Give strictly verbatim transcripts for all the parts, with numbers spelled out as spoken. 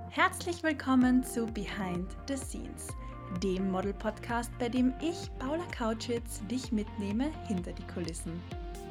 Herzlich willkommen zu Behind the Scenes, dem Model-Podcast, bei dem ich, Paula Kautschitz, dich mitnehme hinter die Kulissen.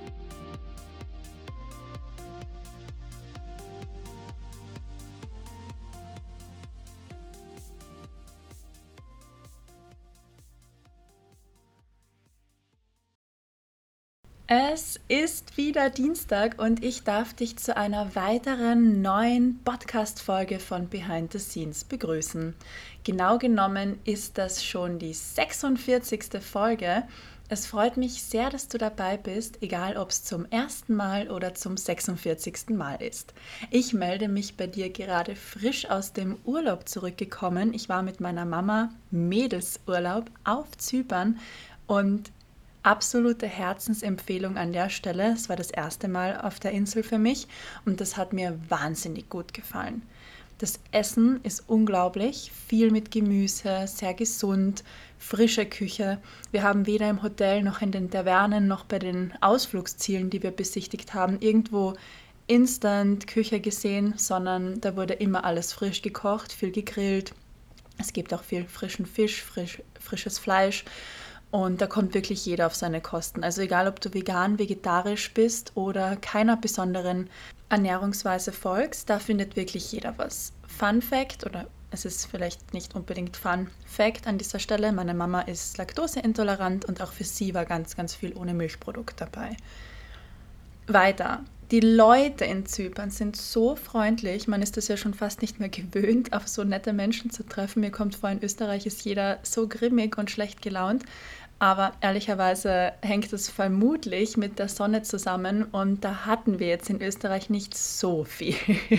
Es ist wieder Dienstag und ich darf dich zu einer weiteren neuen Podcast-Folge von Behind the Scenes begrüßen. Genau genommen ist das schon die sechsundvierzigste Folge. Es freut mich sehr, dass du dabei bist, egal ob es zum ersten Mal oder zum sechsundvierzigsten Mal ist. Ich melde mich bei dir gerade frisch aus dem Urlaub zurückgekommen. Ich war mit meiner Mama Mädelsurlaub auf Zypern und absolute Herzensempfehlung an der Stelle. Es war das erste Mal auf der Insel für mich und das hat mir wahnsinnig gut gefallen. Das Essen ist unglaublich, viel mit Gemüse, sehr gesund, frische Küche. Wir haben weder im Hotel noch in den Tavernen noch bei den Ausflugszielen, die wir besichtigt haben, irgendwo Instant-Küche gesehen, sondern da wurde immer alles frisch gekocht, viel gegrillt. Es gibt auch viel frischen Fisch, frisch, frisches Fleisch. Und da kommt wirklich jeder auf seine Kosten. Also egal, ob du vegan, vegetarisch bist oder keiner besonderen Ernährungsweise folgst, da findet wirklich jeder was. Fun Fact, oder es ist vielleicht nicht unbedingt Fun Fact an dieser Stelle, meine Mama ist laktoseintolerant und auch für sie war ganz, ganz viel ohne Milchprodukt dabei. Weiter. Die Leute in Zypern sind so freundlich, man ist das ja schon fast nicht mehr gewöhnt, auf so nette Menschen zu treffen. Mir kommt vor, in Österreich ist jeder so grimmig und schlecht gelaunt, aber ehrlicherweise hängt es vermutlich mit der Sonne zusammen und da hatten wir jetzt in Österreich nicht so viel.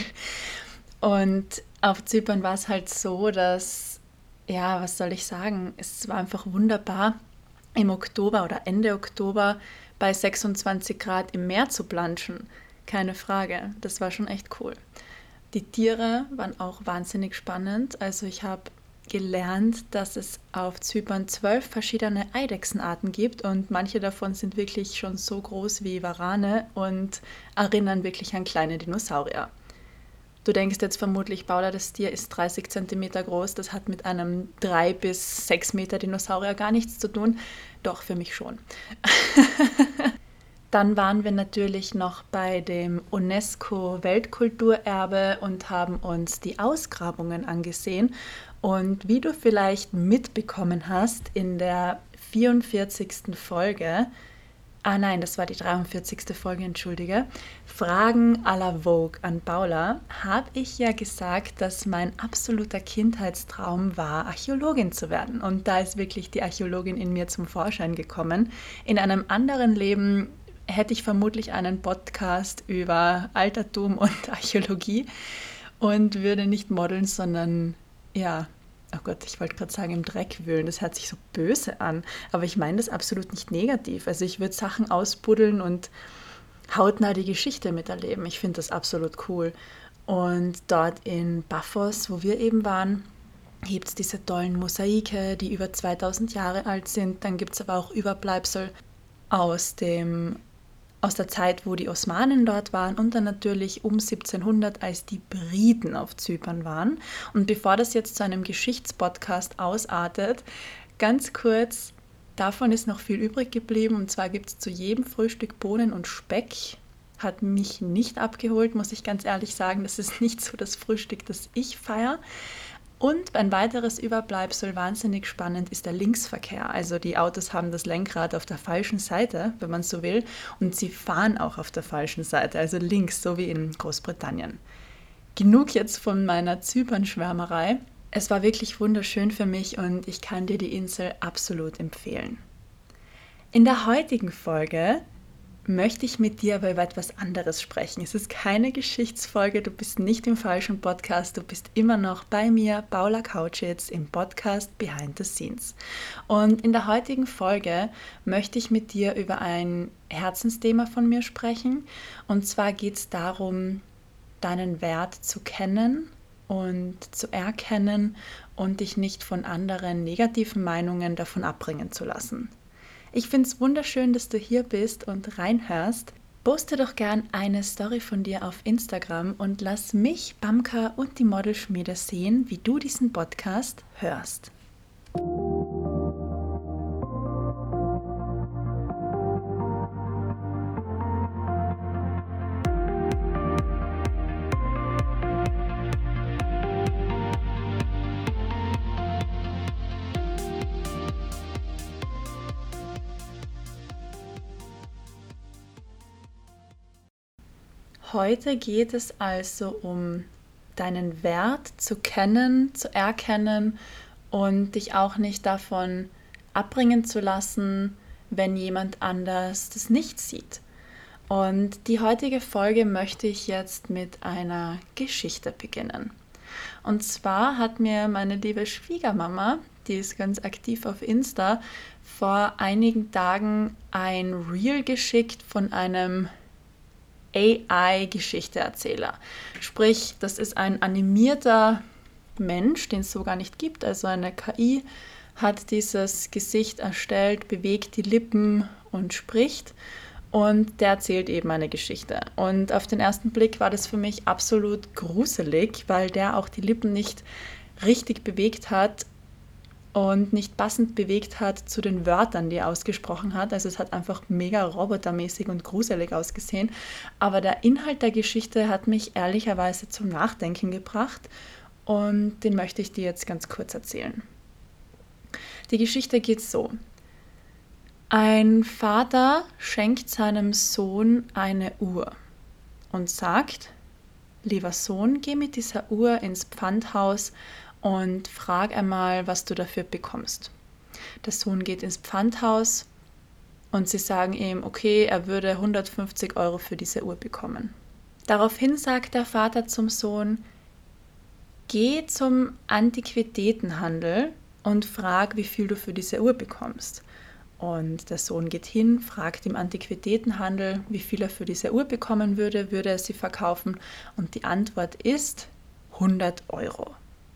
Und auf Zypern war es halt so, dass, ja, was soll ich sagen, es war einfach wunderbar, im Oktober oder Ende Oktober bei sechsundzwanzig Grad im Meer zu planschen. Keine Frage, das war schon echt cool. Die Tiere waren auch wahnsinnig spannend. Also ich habe gelernt, dass es auf Zypern zwölf verschiedene Eidechsenarten gibt und manche davon sind wirklich schon so groß wie Warane und erinnern wirklich an kleine Dinosaurier. Du denkst jetzt vermutlich, Paula, das Tier ist dreißig Zentimeter groß, das hat mit einem drei bis sechs Meter Dinosaurier gar nichts zu tun. Doch, für mich schon. Dann waren wir natürlich noch bei dem UNESCO-Weltkulturerbe und haben uns die Ausgrabungen angesehen. Und wie du vielleicht mitbekommen hast, in der vierundvierzigsten Folge, ah nein, das war die dreiundvierzigste Folge, entschuldige, Fragen à la Vogue an Paula, habe ich ja gesagt, dass mein absoluter Kindheitstraum war, Archäologin zu werden. Und da ist wirklich die Archäologin in mir zum Vorschein gekommen. In einem anderen Leben hätte ich vermutlich einen Podcast über Altertum und Archäologie und würde nicht modeln, sondern, ja, oh Gott, ich wollte gerade sagen, im Dreck wühlen. Das hört sich so böse an, aber ich meine das absolut nicht negativ. Also ich würde Sachen ausbuddeln und hautnah die Geschichte miterleben. Ich finde das absolut cool. Und dort in Paphos, wo wir eben waren, gibt es diese tollen Mosaike, die über zweitausend Jahre alt sind. Dann gibt es aber auch Überbleibsel aus dem aus der Zeit, wo die Osmanen dort waren und dann natürlich um siebzehnhundert, als die Briten auf Zypern waren. Und bevor das jetzt zu einem Geschichtspodcast ausartet, ganz kurz, davon ist noch viel übrig geblieben und zwar gibt es zu jedem Frühstück Bohnen und Speck. Hat mich nicht abgeholt, muss ich ganz ehrlich sagen. Das ist nicht so das Frühstück, das ich feiere. Und ein weiteres Überbleibsel, wahnsinnig spannend, ist der Linksverkehr. Also die Autos haben das Lenkrad auf der falschen Seite, wenn man so will, und sie fahren auch auf der falschen Seite, also links, so wie in Großbritannien. Genug jetzt von meiner Zypern-Schwärmerei. Es war wirklich wunderschön für mich und ich kann dir die Insel absolut empfehlen. In der heutigen Folge möchte ich mit dir aber über etwas anderes sprechen. Es ist keine Geschichtsfolge, du bist nicht im falschen Podcast, du bist immer noch bei mir, Paula Kautschitz, im Podcast Behind the Scenes. Und in der heutigen Folge möchte ich mit dir über ein Herzensthema von mir sprechen. Und zwar geht es darum, deinen Wert zu kennen und zu erkennen und dich nicht von anderen negativen Meinungen davon abbringen zu lassen. Ich finde es wunderschön, dass du hier bist und reinhörst. Poste doch gern eine Story von dir auf Instagram und lass mich, Bamka und die Modelschmiede sehen, wie du diesen Podcast hörst. Heute geht es also um deinen Wert zu kennen, zu erkennen und dich auch nicht davon abbringen zu lassen, wenn jemand anders das nicht sieht. Und die heutige Folge möchte ich jetzt mit einer Geschichte beginnen. Und zwar hat mir meine liebe Schwiegermama, die ist ganz aktiv auf Insta, vor einigen Tagen ein Reel geschickt von einem A I-Geschichteerzähler. Sprich, das ist ein animierter Mensch, den es so gar nicht gibt. Also eine K I hat dieses Gesicht erstellt, bewegt die Lippen und spricht. Und der erzählt eben eine Geschichte. Und auf den ersten Blick war das für mich absolut gruselig, weil der auch die Lippen nicht richtig bewegt hat und nicht passend bewegt hat zu den Wörtern, die er ausgesprochen hat. Also es hat einfach mega robotermäßig und gruselig ausgesehen. Aber der Inhalt der Geschichte hat mich ehrlicherweise zum Nachdenken gebracht und den möchte ich dir jetzt ganz kurz erzählen. Die Geschichte geht so. Ein Vater schenkt seinem Sohn eine Uhr und sagt: Lieber Sohn, geh mit dieser Uhr ins Pfandhaus und frag einmal, was du dafür bekommst. Der Sohn geht ins Pfandhaus und sie sagen ihm, okay, er würde hundertfünfzig Euro für diese Uhr bekommen. Daraufhin sagt der Vater zum Sohn: Geh zum Antiquitätenhandel und frag, wie viel du für diese Uhr bekommst. Und der Sohn geht hin, fragt im Antiquitätenhandel, wie viel er für diese Uhr bekommen würde, würde er sie verkaufen. Und die Antwort ist hundert Euro.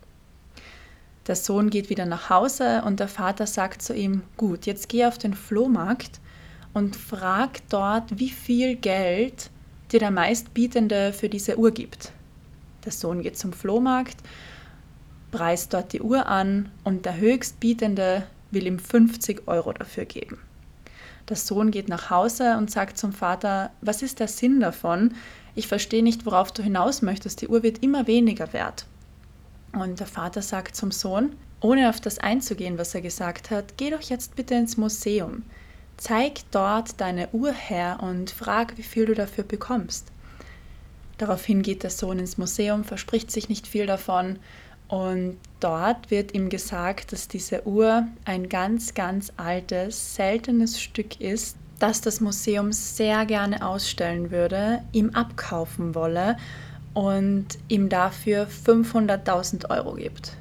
Der Sohn geht wieder nach Hause und der Vater sagt zu ihm: Gut, jetzt geh auf den Flohmarkt und frag dort, wie viel Geld dir der Meistbietende für diese Uhr gibt. Der Sohn geht zum Flohmarkt, preist dort die Uhr an und der Höchstbietende will ihm fünfzig Euro dafür geben. Der Sohn geht nach Hause und sagt zum Vater: Was ist der Sinn davon? Ich verstehe nicht, worauf du hinaus möchtest. Die Uhr wird immer weniger wert. Und der Vater sagt zum Sohn, ohne auf das einzugehen, was er gesagt hat: Geh doch jetzt bitte ins Museum. Zeig dort deine Uhr her und frag, wie viel du dafür bekommst. Daraufhin geht der Sohn ins Museum, verspricht sich nicht viel davon. Und dort wird ihm gesagt, dass diese Uhr ein ganz, ganz altes, seltenes Stück ist, das das Museum sehr gerne ausstellen würde, ihm abkaufen wolle und ihm dafür fünfhunderttausend Euro gibt.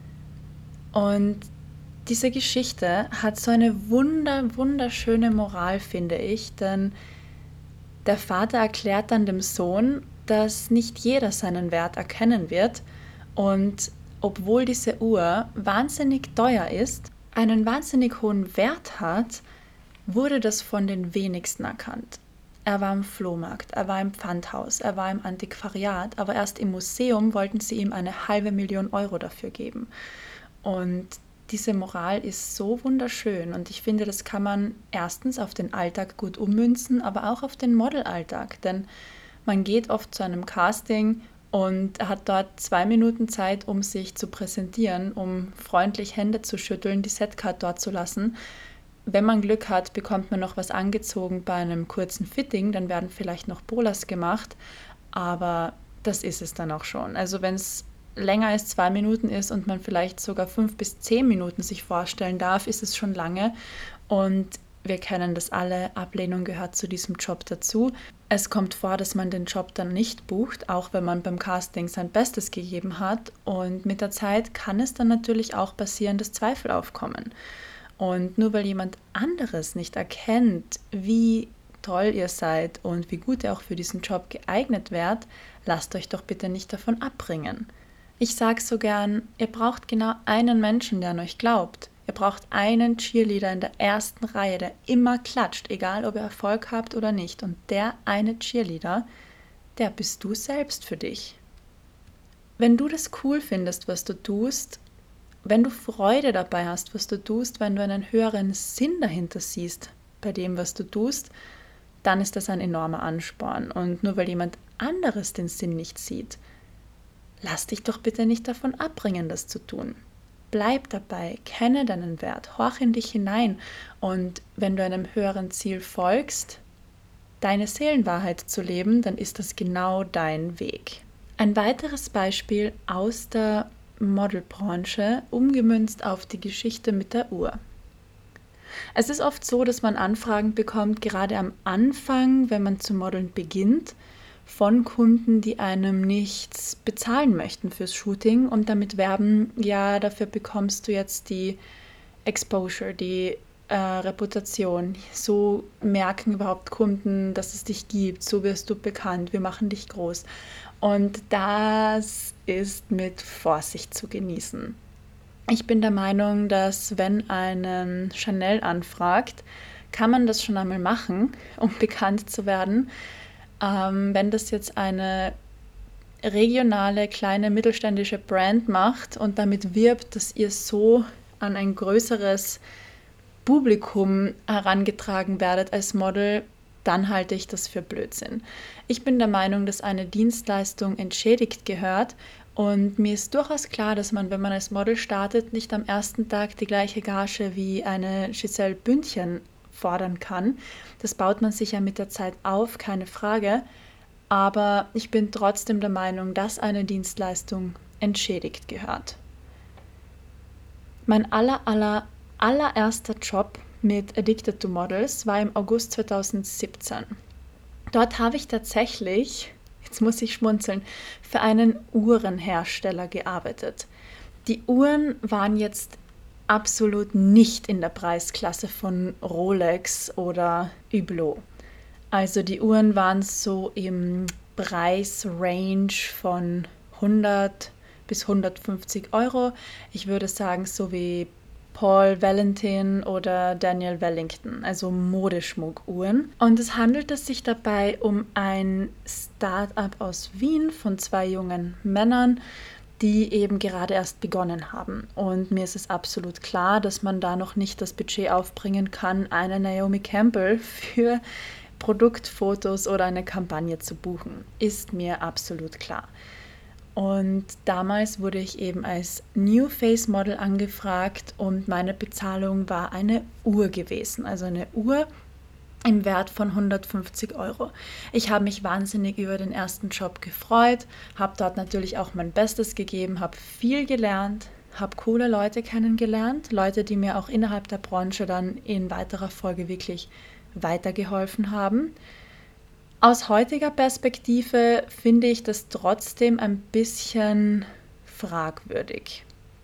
Und diese Geschichte hat so eine wunder, wunderschöne Moral, finde ich, denn der Vater erklärt dann dem Sohn, dass nicht jeder seinen Wert erkennen wird und obwohl diese Uhr wahnsinnig teuer ist, einen wahnsinnig hohen Wert hat, wurde das von den wenigsten erkannt. Er war im Flohmarkt, er war im Pfandhaus, er war im Antiquariat, aber erst im Museum wollten sie ihm eine halbe Million Euro dafür geben. Und diese Moral ist so wunderschön und ich finde, das kann man erstens auf den Alltag gut ummünzen, aber auch auf den Modelalltag, denn man geht oft zu einem Casting und hat dort zwei Minuten Zeit, um sich zu präsentieren, um freundlich Hände zu schütteln, die Setcard dort zu lassen. Wenn man Glück hat, bekommt man noch was angezogen bei einem kurzen Fitting, dann werden vielleicht noch Bolas gemacht, aber das ist es dann auch schon. Also wenn es länger als zwei Minuten ist und man vielleicht sogar fünf bis zehn Minuten sich vorstellen darf, ist es schon lange und wir kennen das alle, Ablehnung gehört zu diesem Job dazu. Es kommt vor, dass man den Job dann nicht bucht, auch wenn man beim Casting sein Bestes gegeben hat. Und mit der Zeit kann es dann natürlich auch passieren, dass Zweifel aufkommen. Und nur weil jemand anderes nicht erkennt, wie toll ihr seid und wie gut ihr auch für diesen Job geeignet wärt, lasst euch doch bitte nicht davon abbringen. Ich sage so gern, ihr braucht genau einen Menschen, der an euch glaubt. Ihr braucht einen Cheerleader in der ersten Reihe, der immer klatscht, egal ob ihr Erfolg habt oder nicht. Und der eine Cheerleader, der bist du selbst für dich. Wenn du das cool findest, was du tust, wenn du Freude dabei hast, was du tust, wenn du einen höheren Sinn dahinter siehst bei dem, was du tust, dann ist das ein enormer Ansporn. Und nur weil jemand anderes den Sinn nicht sieht, lass dich doch bitte nicht davon abbringen, das zu tun. Bleib dabei, kenne deinen Wert, horch in dich hinein und wenn du einem höheren Ziel folgst, deine Seelenwahrheit zu leben, dann ist das genau dein Weg. Ein weiteres Beispiel aus der Modelbranche, umgemünzt auf die Geschichte mit der Uhr. Es ist oft so, dass man Anfragen bekommt, gerade am Anfang, wenn man zu modeln beginnt, von Kunden, die einem nichts bezahlen möchten fürs Shooting und damit werben, ja, dafür bekommst du jetzt die Exposure, die äh, Reputation. So merken überhaupt Kunden, dass es dich gibt, so wirst du bekannt, wir machen dich groß. Und das ist mit Vorsicht zu genießen. Ich bin der Meinung, dass wenn einen Chanel anfragt, kann man das schon einmal machen, um bekannt zu werden. Ähm, wenn das jetzt eine regionale, kleine, mittelständische Brand macht und damit wirbt, dass ihr so an ein größeres Publikum herangetragen werdet als Model, dann halte ich das für Blödsinn. Ich bin der Meinung, dass eine Dienstleistung entschädigt gehört und mir ist durchaus klar, dass man, wenn man als Model startet, nicht am ersten Tag die gleiche Gage wie eine Giselle Bündchen fordern kann. Das baut man sich ja mit der Zeit auf, keine Frage. Aber ich bin trotzdem der Meinung, dass eine Dienstleistung entschädigt gehört. Mein aller, aller, allererster Job mit Addicted to Models war im August zweitausendsiebzehn. Dort habe ich tatsächlich, jetzt muss ich schmunzeln, für einen Uhrenhersteller gearbeitet. Die Uhren waren jetzt absolut nicht in der Preisklasse von Rolex oder Hublot. Also die Uhren waren so im Preisrange von hundert bis hundertfünfzig Euro. Ich würde sagen, so wie Paul Valentin oder Daniel Wellington, also Modeschmuckuhren. Und es handelte sich dabei um ein Start-up aus Wien von zwei jungen Männern, die eben gerade erst begonnen haben. Und mir ist es absolut klar, dass man da noch nicht das Budget aufbringen kann, eine Naomi Campbell für Produktfotos oder eine Kampagne zu buchen. Ist mir absolut klar. Und damals wurde ich eben als New Face Model angefragt und meine Bezahlung war eine Uhr gewesen. Also eine Uhr im Wert von hundertfünfzig Euro. Ich habe mich wahnsinnig über den ersten Job gefreut, habe dort natürlich auch mein Bestes gegeben, habe viel gelernt, habe coole Leute kennengelernt, Leute, die mir auch innerhalb der Branche dann in weiterer Folge wirklich weitergeholfen haben. Aus heutiger Perspektive finde ich das trotzdem ein bisschen fragwürdig.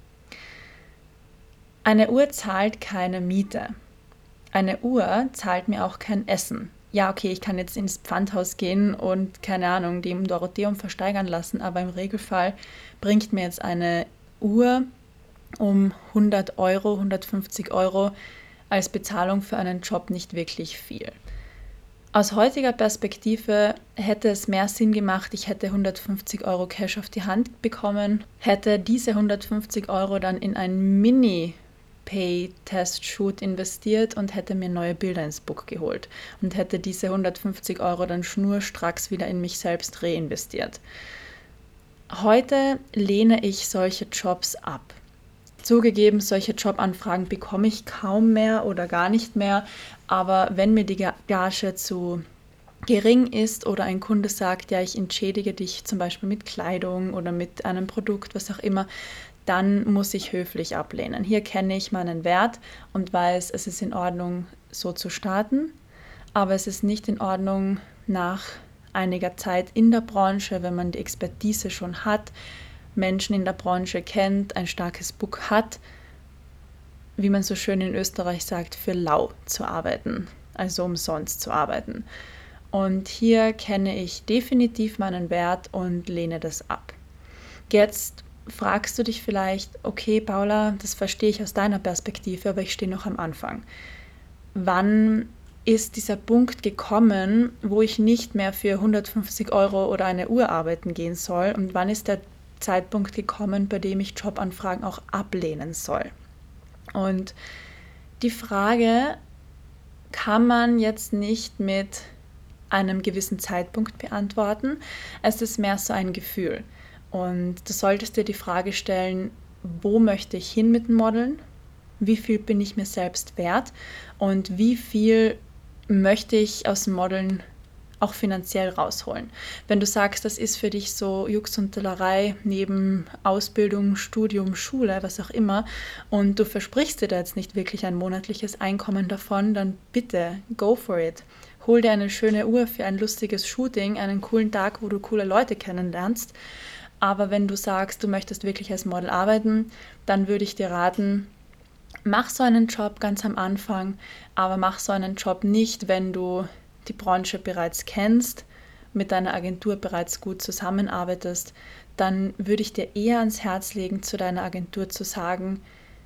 Eine Uhr zahlt keine Miete. Eine Uhr zahlt mir auch kein Essen. Ja, okay, ich kann jetzt ins Pfandhaus gehen und, keine Ahnung, die im Dorotheum versteigern lassen, aber im Regelfall bringt mir jetzt eine Uhr um hundert Euro, hundertfünfzig Euro als Bezahlung für einen Job nicht wirklich viel. Aus heutiger Perspektive hätte es mehr Sinn gemacht, ich hätte hundertfünfzig Euro Cash auf die Hand bekommen, hätte diese hundertfünfzig Euro dann in ein Mini-Pay-Test-Shoot investiert und hätte mir neue Bilder ins Book geholt und hätte diese hundertfünfzig Euro dann schnurstracks wieder in mich selbst reinvestiert. Heute lehne ich solche Jobs ab. Zugegeben, solche Jobanfragen bekomme ich kaum mehr oder gar nicht mehr, aber wenn mir die Gage zu gering ist oder ein Kunde sagt, ja, ich entschädige dich zum Beispiel mit Kleidung oder mit einem Produkt, was auch immer, dann muss ich höflich ablehnen. Hier kenne ich meinen Wert und weiß, es ist in Ordnung, so zu starten, aber es ist nicht in Ordnung nach einiger Zeit in der Branche, wenn man die Expertise schon hat, Menschen in der Branche kennt, ein starkes Book hat, wie man so schön in Österreich sagt, für lau zu arbeiten, also umsonst zu arbeiten. Und hier kenne ich definitiv meinen Wert und lehne das ab. Jetzt fragst du dich vielleicht, okay, Paula, das verstehe ich aus deiner Perspektive, aber ich stehe noch am Anfang. Wann ist dieser Punkt gekommen, wo ich nicht mehr für hundertfünfzig Euro oder eine Uhr arbeiten gehen soll? Und wann ist der Zeitpunkt gekommen, bei dem ich Jobanfragen auch ablehnen soll? Und die Frage kann man jetzt nicht mit einem gewissen Zeitpunkt beantworten. Es ist mehr so ein Gefühl. Und du solltest dir die Frage stellen, wo möchte ich hin mit dem Modeln? Wie viel bin ich mir selbst wert? Und wie viel möchte ich aus dem Modeln auch finanziell rausholen? Wenn du sagst, das ist für dich so Jux und Tollerei neben Ausbildung, Studium, Schule, was auch immer, und du versprichst dir da jetzt nicht wirklich ein monatliches Einkommen davon, dann bitte, go for it. Hol dir eine schöne Uhr für ein lustiges Shooting, einen coolen Tag, wo du coole Leute kennenlernst. Aber wenn du sagst, du möchtest wirklich als Model arbeiten, dann würde ich dir raten, mach so einen Job ganz am Anfang, aber mach so einen Job nicht, wenn du die Branche bereits kennst, mit deiner Agentur bereits gut zusammenarbeitest. Dann würde ich dir eher ans Herz legen, zu deiner Agentur zu sagen,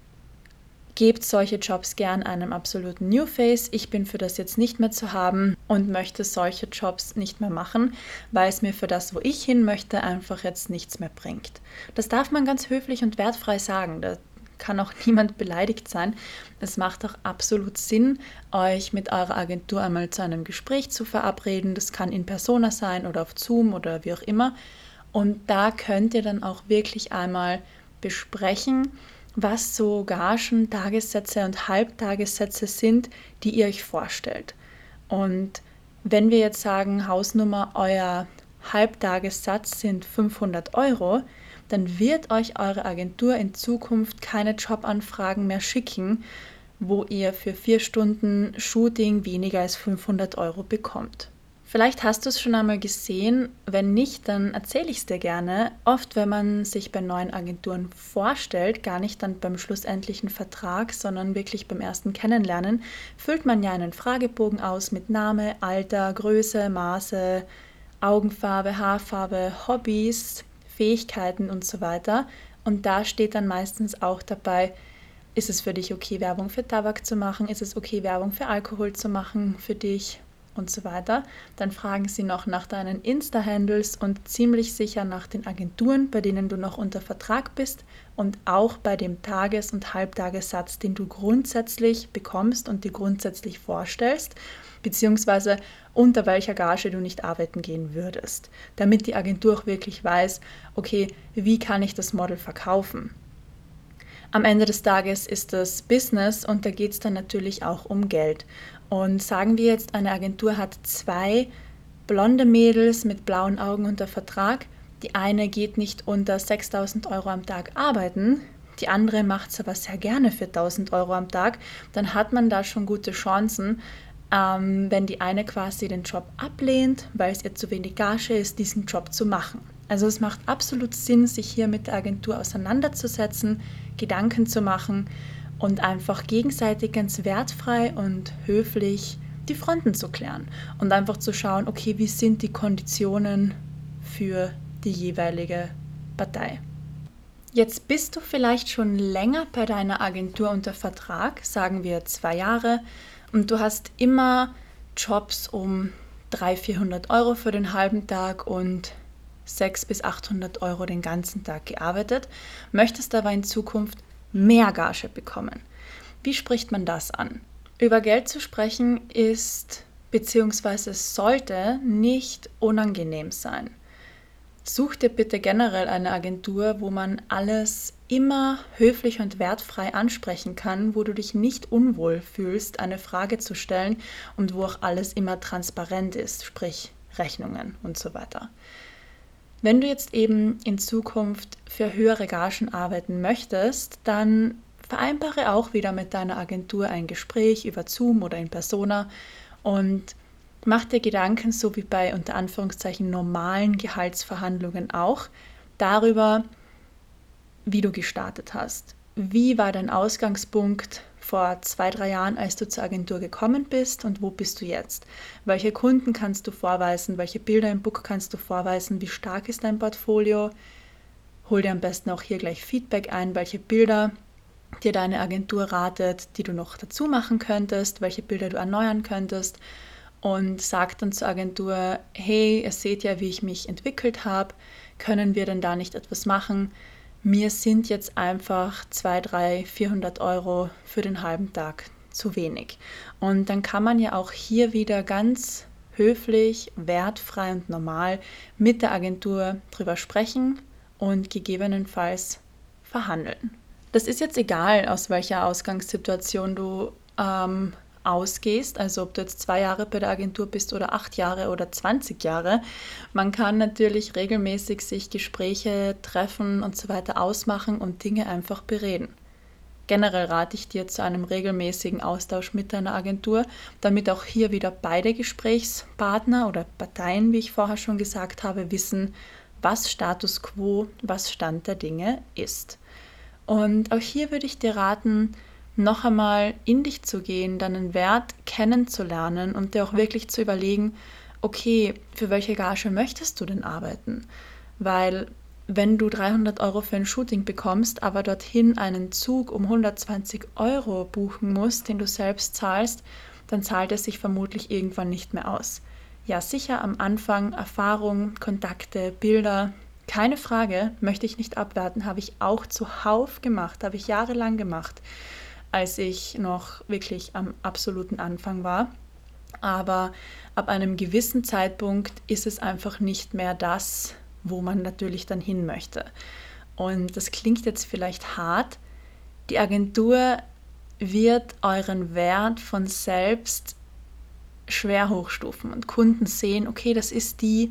gebt solche Jobs gern einem absoluten New Face. Ich bin für das jetzt nicht mehr zu haben und möchte solche Jobs nicht mehr machen, weil es mir für das, wo ich hin möchte, einfach jetzt nichts mehr bringt. Das darf man ganz höflich und wertfrei sagen. Da kann auch niemand beleidigt sein. Es macht auch absolut Sinn, euch mit eurer Agentur einmal zu einem Gespräch zu verabreden. Das kann in Persona sein oder auf Zoom oder wie auch immer. Und da könnt ihr dann auch wirklich einmal besprechen, was so Gagen, Tagessätze und Halbtagessätze sind, die ihr euch vorstellt. Und wenn wir jetzt sagen, Hausnummer, euer Halbtagessatz sind fünfhundert Euro, dann wird euch eure Agentur in Zukunft keine Jobanfragen mehr schicken, wo ihr für vier Stunden Shooting weniger als fünfhundert Euro bekommt. Vielleicht hast du es schon einmal gesehen, wenn nicht, dann erzähle ich es dir gerne. Oft, wenn man sich bei neuen Agenturen vorstellt, gar nicht dann beim schlussendlichen Vertrag, sondern wirklich beim ersten Kennenlernen, füllt man ja einen Fragebogen aus mit Name, Alter, Größe, Maße, Augenfarbe, Haarfarbe, Hobbys, Fähigkeiten und so weiter. Und da steht dann meistens auch dabei, ist es für dich okay, Werbung für Tabak zu machen? Ist es okay, Werbung für Alkohol zu machen für dich? Und so weiter. Dann fragen sie noch nach deinen Insta-Handles und ziemlich sicher nach den Agenturen, bei denen du noch unter Vertrag bist und auch bei dem Tages- und Halbtagessatz, den du grundsätzlich bekommst und dir grundsätzlich vorstellst, beziehungsweise unter welcher Gage du nicht arbeiten gehen würdest, damit die Agentur auch wirklich weiß, okay, wie kann ich das Model verkaufen? Am Ende des Tages ist das Business und da geht es dann natürlich auch um Geld. Und sagen wir jetzt, eine Agentur hat zwei blonde Mädels mit blauen Augen unter Vertrag. Die eine geht nicht unter sechstausend Euro am Tag arbeiten, die andere macht es aber sehr gerne für tausend Euro am Tag. Dann hat man da schon gute Chancen, ähm, wenn die eine quasi den Job ablehnt, weil es ihr zu wenig Gage ist, diesen Job zu machen. Also es macht absolut Sinn, sich hier mit der Agentur auseinanderzusetzen, Gedanken zu machen und einfach gegenseitig ganz wertfrei und höflich die Fronten zu klären und einfach zu schauen, okay, wie sind die Konditionen für die jeweilige Partei. Jetzt bist du vielleicht schon länger bei deiner Agentur unter Vertrag, sagen wir zwei Jahre, und du hast immer Jobs um dreihundert, vierhundert Euro für den halben Tag und sechshundert bis achthundert Euro den ganzen Tag gearbeitet, möchtest aber in Zukunft mehr Gage bekommen. Wie spricht man das an? Über Geld zu sprechen ist bzw. sollte nicht unangenehm sein. Such dir bitte generell eine Agentur, wo man alles immer höflich und wertfrei ansprechen kann, wo du dich nicht unwohl fühlst, eine Frage zu stellen und wo auch alles immer transparent ist, sprich Rechnungen und so weiter. Wenn du jetzt eben in Zukunft für höhere Gagen arbeiten möchtest, dann vereinbare auch wieder mit deiner Agentur ein Gespräch über Zoom oder in Persona und mach dir Gedanken, so wie bei unter Anführungszeichen normalen Gehaltsverhandlungen auch, darüber, wie du gestartet hast. Wie war dein Ausgangspunkt vor zwei, drei Jahren, als du zur Agentur gekommen bist und wo bist du jetzt? Welche Kunden kannst du vorweisen? Welche Bilder im Book kannst du vorweisen? Wie stark ist dein Portfolio? hol dir am besten auch hier gleich Feedback ein, welche Bilder dir deine Agentur ratet, die du noch dazu machen könntest, welche Bilder du erneuern könntest und sag dann zur Agentur, hey, ihr seht ja, wie ich mich entwickelt habe, können wir denn da nicht etwas machen? Mir sind jetzt einfach zweihundert, dreihundert, vierhundert Euro für den halben Tag zu wenig. Und dann kann man ja auch hier wieder ganz höflich, wertfrei und normal mit der Agentur drüber sprechen und gegebenenfalls verhandeln. Das ist jetzt egal, aus welcher Ausgangssituation du ähm, ausgehst, also ob du jetzt zwei Jahre bei der Agentur bist oder acht Jahre oder zwanzig Jahre. Man kann natürlich regelmäßig sich Gespräche treffen und so weiter ausmachen und Dinge einfach bereden. Generell rate ich dir zu einem regelmäßigen Austausch mit deiner Agentur, damit auch hier wieder beide Gesprächspartner oder Parteien, wie ich vorher schon gesagt habe, wissen, was Status quo, was Stand der Dinge ist. Und auch hier würde ich dir raten, noch einmal in dich zu gehen, deinen Wert kennenzulernen und dir auch wirklich zu überlegen, okay, für welche Gage möchtest du denn arbeiten? Weil wenn du dreihundert Euro für ein Shooting bekommst, aber dorthin einen Zug um hundertzwanzig Euro buchen musst, den du selbst zahlst, dann zahlt es sich vermutlich irgendwann nicht mehr aus. Ja, sicher am Anfang Erfahrung, Kontakte, Bilder, keine Frage, möchte ich nicht abwerten, habe ich auch zuhauf gemacht, habe ich jahrelang gemacht, als ich noch wirklich am absoluten Anfang war. Aber ab einem gewissen Zeitpunkt ist es einfach nicht mehr das, wo man natürlich dann hin möchte. Und das klingt jetzt vielleicht hart. Die Agentur wird euren Wert von selbst schwer hochstufen und Kunden sehen, okay, das ist die,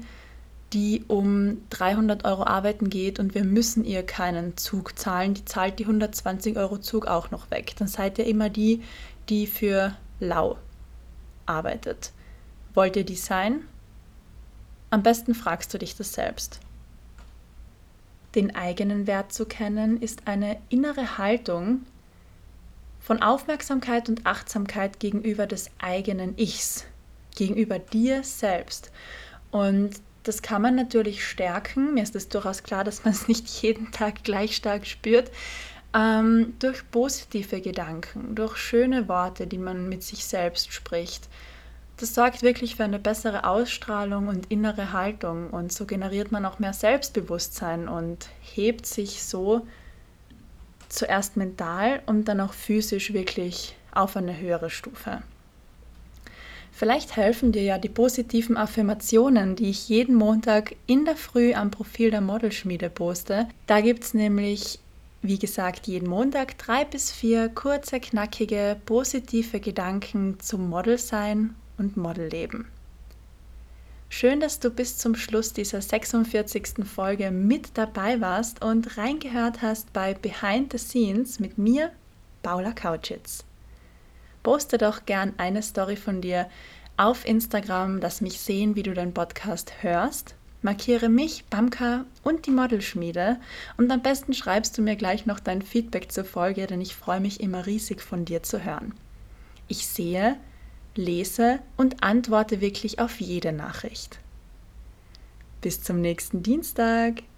die um dreihundert Euro arbeiten geht und wir müssen ihr keinen Zug zahlen, die zahlt die hundertzwanzig Euro Zug auch noch weg. Dann seid ihr immer die, die für lau arbeitet. Wollt ihr die sein? Am besten fragst du dich das selbst. Den eigenen Wert zu kennen, ist eine innere Haltung von Aufmerksamkeit und Achtsamkeit gegenüber des eigenen Ichs, gegenüber dir selbst. Und das kann man natürlich stärken, mir ist es durchaus klar, dass man es nicht jeden Tag gleich stark spürt, ähm, durch positive Gedanken, durch schöne Worte, die man mit sich selbst spricht. Das sorgt wirklich für eine bessere Ausstrahlung und innere Haltung und so generiert man auch mehr Selbstbewusstsein und hebt sich so zuerst mental und dann auch physisch wirklich auf eine höhere Stufe. Vielleicht helfen dir ja die positiven Affirmationen, die ich jeden Montag in der Früh am Profil der Modelschmiede poste. Da gibt es nämlich, wie gesagt, jeden Montag drei bis vier kurze, knackige, positive Gedanken zum Modelsein und Modelleben. Schön, dass du bis zum Schluss dieser sechsundvierzigsten Folge mit dabei warst und reingehört hast bei Behind the Scenes mit mir, Paula Kautschitz. Poste doch gern eine Story von dir auf Instagram, lass mich sehen, wie du den Podcast hörst. Markiere mich, Bamka und die Modelschmiede und am besten schreibst du mir gleich noch dein Feedback zur Folge, denn ich freue mich immer riesig von dir zu hören. Ich sehe, lese und antworte wirklich auf jede Nachricht. Bis zum nächsten Dienstag.